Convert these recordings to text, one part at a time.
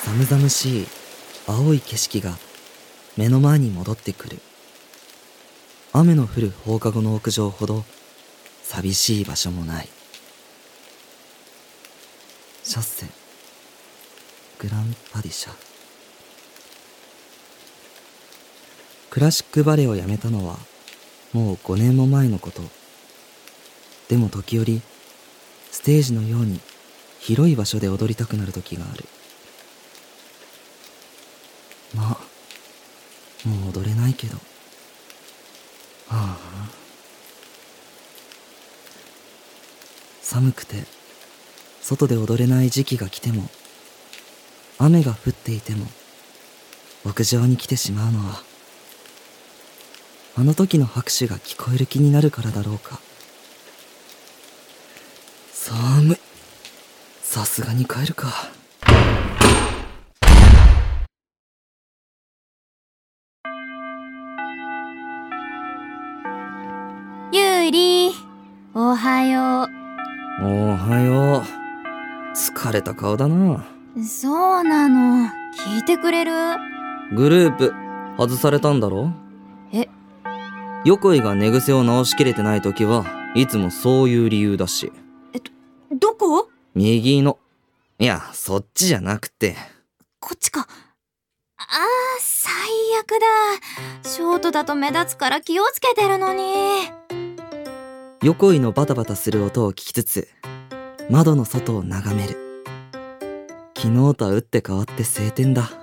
寒々しい青い景色が目の前に戻ってくる。雨の降る放課後の屋上ほど寂しい場所もない。シャッセグランパディシャ。クラシックバレエをやめたのはもう5年も前のこと。でも時折ステージのように広い場所で踊りたくなる時がある。まあもう踊れないけど。はあ、寒くて外で踊れない時期が来ても、雨が降っていても屋上に来てしまうのは、あの時の拍手が聞こえる気になるからだろうか。寒い。さすがに帰るか。 ゆうり、おはよう。おはよう。疲れた顔だな。 そうなの。聞いてくれる？ グループ外されたんだろ？横井が寝癖を直しきれてない時はいつもそういう理由だし。 どこ？ 右の。いや、そっちじゃなくて。 こっちか。最悪だ。ショートだと目立つから気をつけてるのに。 横井のバタバタする音を聞きつつ窓の外を眺める。昨日とは打って変わって晴天だ。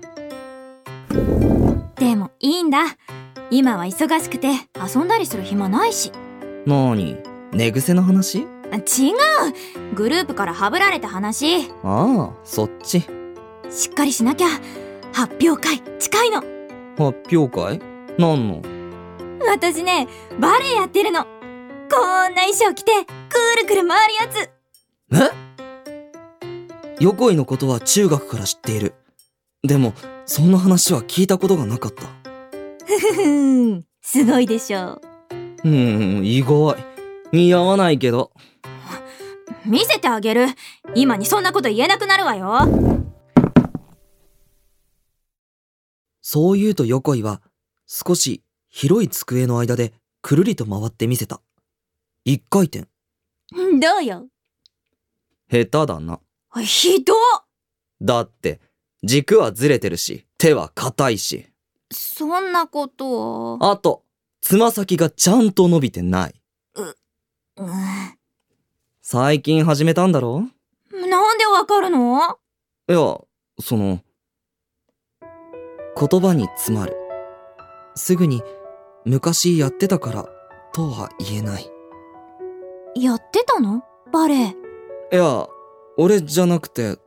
でもいいんだ。今は忙しくて遊んだりする暇ないし。 なに、寝癖の話？ 違う、グループからハブられた話。 ああ、そっち。 しっかりしなきゃ。発表会近いの。 発表会？何の？ 私ね、バレエやってるの。こんな衣装着てくるくる回るやつ。 横井のことは中学から知っている。でもそんな話は聞いたことがなかった。 すごいでしょ。 意外。似合わないけど。 見せてあげる。今にそんなこと言えなくなるわよ。 そう言うと横井は少し広い机の間でくるりと回ってみせた。一回転。 どうよ。 下手だな。 ひどっ。 だって軸はずれてるし手は硬いし。 そんなことを。 あとつま先がちゃんと伸びてない。最近始めたんだろ？ なんでわかるの？ いや、言葉に詰まる。すぐに昔やってたからとは言えない。 やってたの？バレエ。 いや、俺じゃなくて、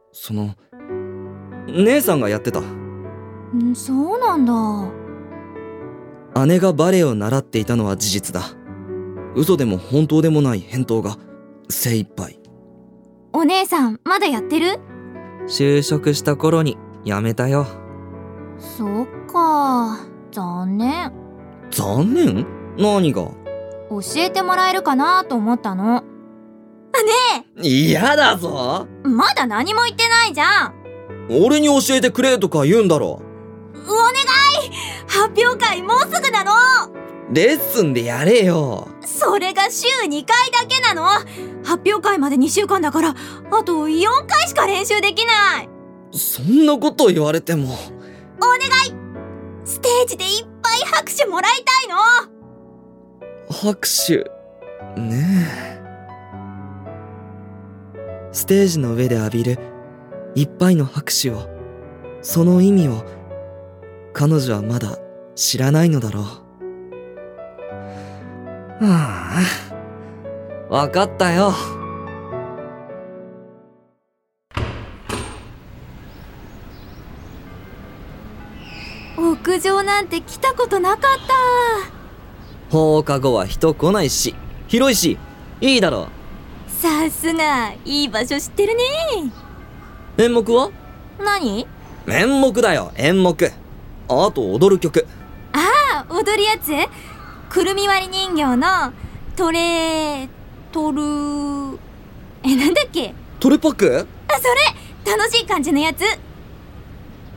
姉さんがやってた。 そうなんだ。姉がバレエを習っていたのは事実だ。嘘でも本当でもない返答が精一杯。 お姉さんまだやってる？ 就職した頃にやめたよ。 そっか、残念。 残念？何が？ 教えてもらえるかなと思ったの。ねえ！嫌だぞ。 まだ何も言ってないじゃん。 俺に教えてくれとか言うんだろ。 お願い！発表会もうすぐなの。 レッスンでやれよ。 それが週2回だけなの。発表会まで2週間だから、あと4回しか練習できない。 そんなこと言われても。お願い！ステージでいっぱい拍手もらいたいの。 拍手ねえ。ステージの上で浴びるいっぱいの拍手を、その意味を彼女はまだ知らないのだろう。はあ、わかったよ。 屋上なんて来たことなかった。 放課後は人来ないし、広いし、いいだろう。 さすが、いい場所知ってるね。 演目は？ 何？ 演目だよ、演目。あと踊る曲。 踊るやつ？くるみ割り人形のなんだっけ？ トレパック？ それ楽しい感じのやつ。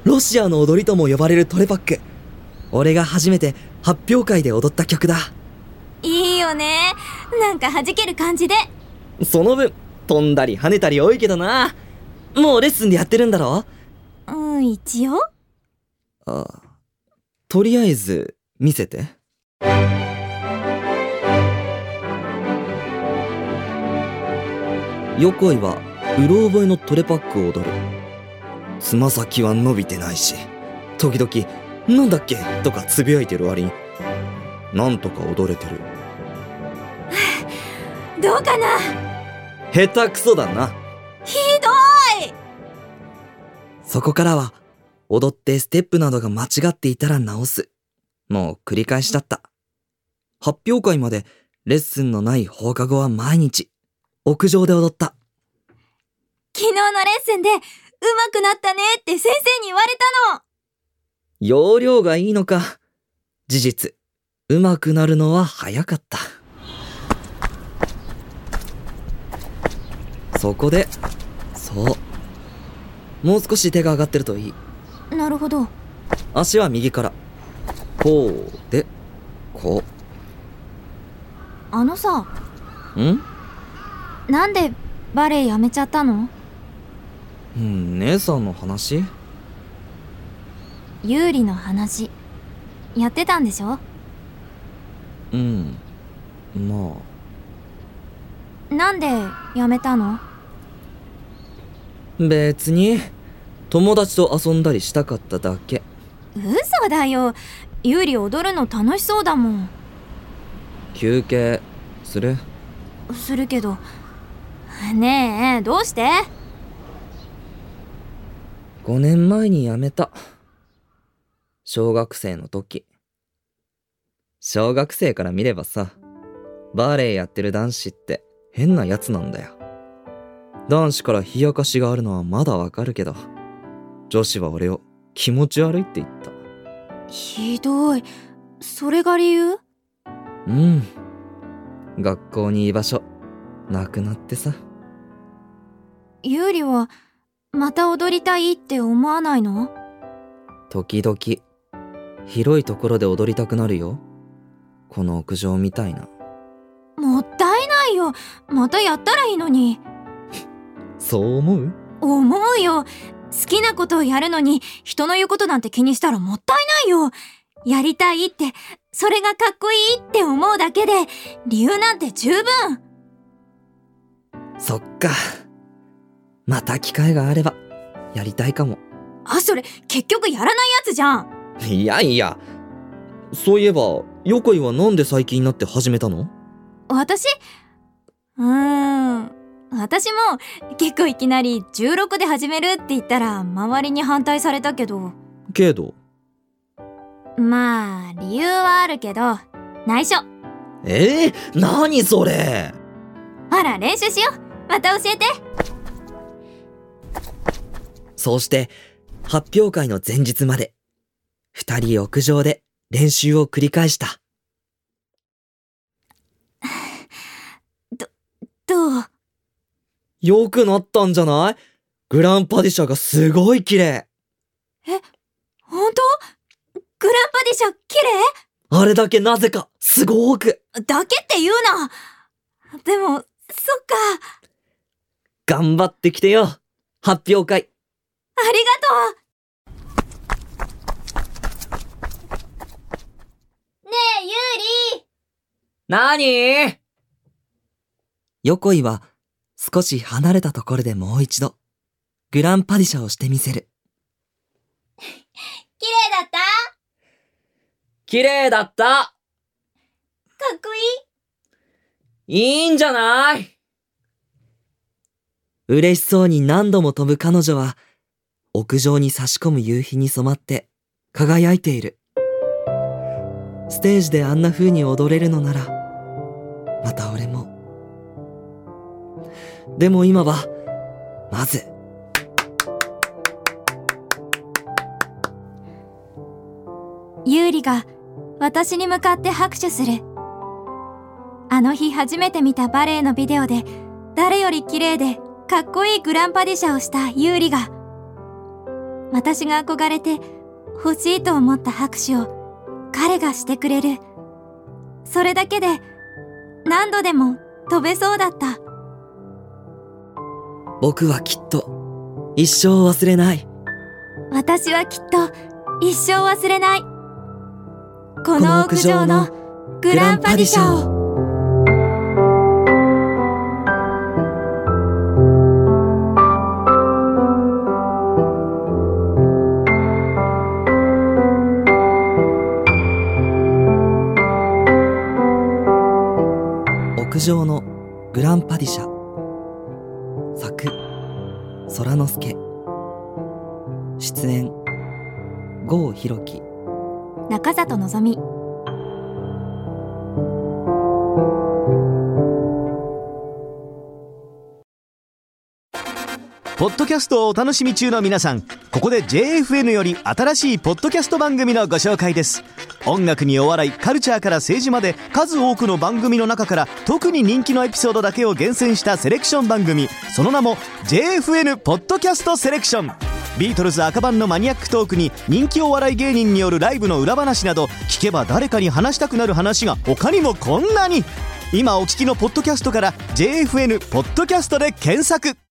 ロシアの踊りとも呼ばれるトレパック。俺が初めて発表会で踊った曲だ。 いいよね。なんか弾ける感じで。 その分飛んだり跳ねたり多いけどな。もうレッスンでやってるんだろ？ 一応。 とりあえず見せて。横井はうろ覚えのトレパックを踊る。つま先は伸びてないし、時々なんだっけとかつぶやいてる割になんとか踊れてる。 どうかな。 下手くそだな。 ひどい。 そこからは踊ってステップなどが間違っていたら直す。もう繰り返しだった。発表会までレッスンのない放課後は毎日屋上で踊った。 昨日のレッスンで上手くなったねって先生に言われたの。 要領がいいのか。事実上手くなるのは早かった。そこで、もう少し手が上がってるといい。 なるほど。 足は右から、こうでこう。 あのさ、 ん？ なんでバレエやめちゃったの？ 姉さんの話？ 優里の話やってたんでしょ？ まあ。なんでやめたの？ 別に友達と遊んだりしたかっただけ。 嘘だよ。優里踊るの楽しそうだもん。 休憩する？ するけど。ねえ、どうして？ 5 年前に辞めた。小学生の時。小学生から見ればさ、バレエやってる男子って変なやつなんだよ。男子から冷やかしがあるのはまだわかるけど、女子は俺を気持ち悪いって言った。 ひどい。それが理由？ 学校に居場所なくなってさ。 優里はまた踊りたいって思わないの？ 時々広いところで踊りたくなるよ。この屋上みたいな。 もったいないよ。またやったらいいのに。 そう思う？ 思うよ。好きなことをやるのに人の言うことなんて気にしたらもったいないよ。やりたいって、それがかっこいいって思うだけで理由なんて十分。 そっか。また機会があればやりたいかも。 それ結局やらないやつじゃん。 いやいや、そういえば横井はなんで最近になって始めたの？ 私も結構いきなり16で始めるって言ったら周りに反対されたけど。まあ理由はあるけど内緒。 何それ？ ほら練習しよう。また教えて。 そうして発表会の前日まで2人屋上で練習を繰り返した。 どう？ よくなったんじゃない？グランパディシャがすごい綺麗。 本当？グランパディシャ綺麗？ あれだけなぜかすごーく。 だけって言うな。でもそっか。 頑張ってきてよ、発表会。 ありがとう。ねえ、優里。 なに？横井は少し離れたところでもう一度グランパディシャをしてみせる。 綺麗だった？ 綺麗だった。 かっこいい？ いいんじゃない？嬉しそうに何度も飛ぶ彼女は屋上に差し込む夕日に染まって輝いている。ステージであんな風に踊れるのならまた俺も。でも今はまず優里が私に向かって拍手する。あの日初めて見たバレエのビデオで誰より綺麗でかっこいいグランパディシャをした優里が私が憧れて欲しいと思った拍手を彼がしてくれる。それだけで何度でも飛べそうだった。 僕はきっと一生忘れない。 私はきっと一生忘れない。この屋上のグランパディシャを。 屋上のグランパディシャ。作空之助。出演郷ひろき、 中里のぞみ。 ポッドキャストをお楽しみ中の皆さん、ここで JFN より新しいポッドキャスト番組のご紹介です。音楽にお笑い、カルチャーから政治まで数多くの番組の中から特に人気のエピソードだけを厳選したセレクション番組、その名も JFN ポッドキャストセレクション。ビートルズ赤版のマニアックトークに人気お笑い芸人によるライブの裏話など、聞けば誰かに話したくなる話が他にもこんなに。今お聞きのポッドキャストから JFN ポッドキャストで検索。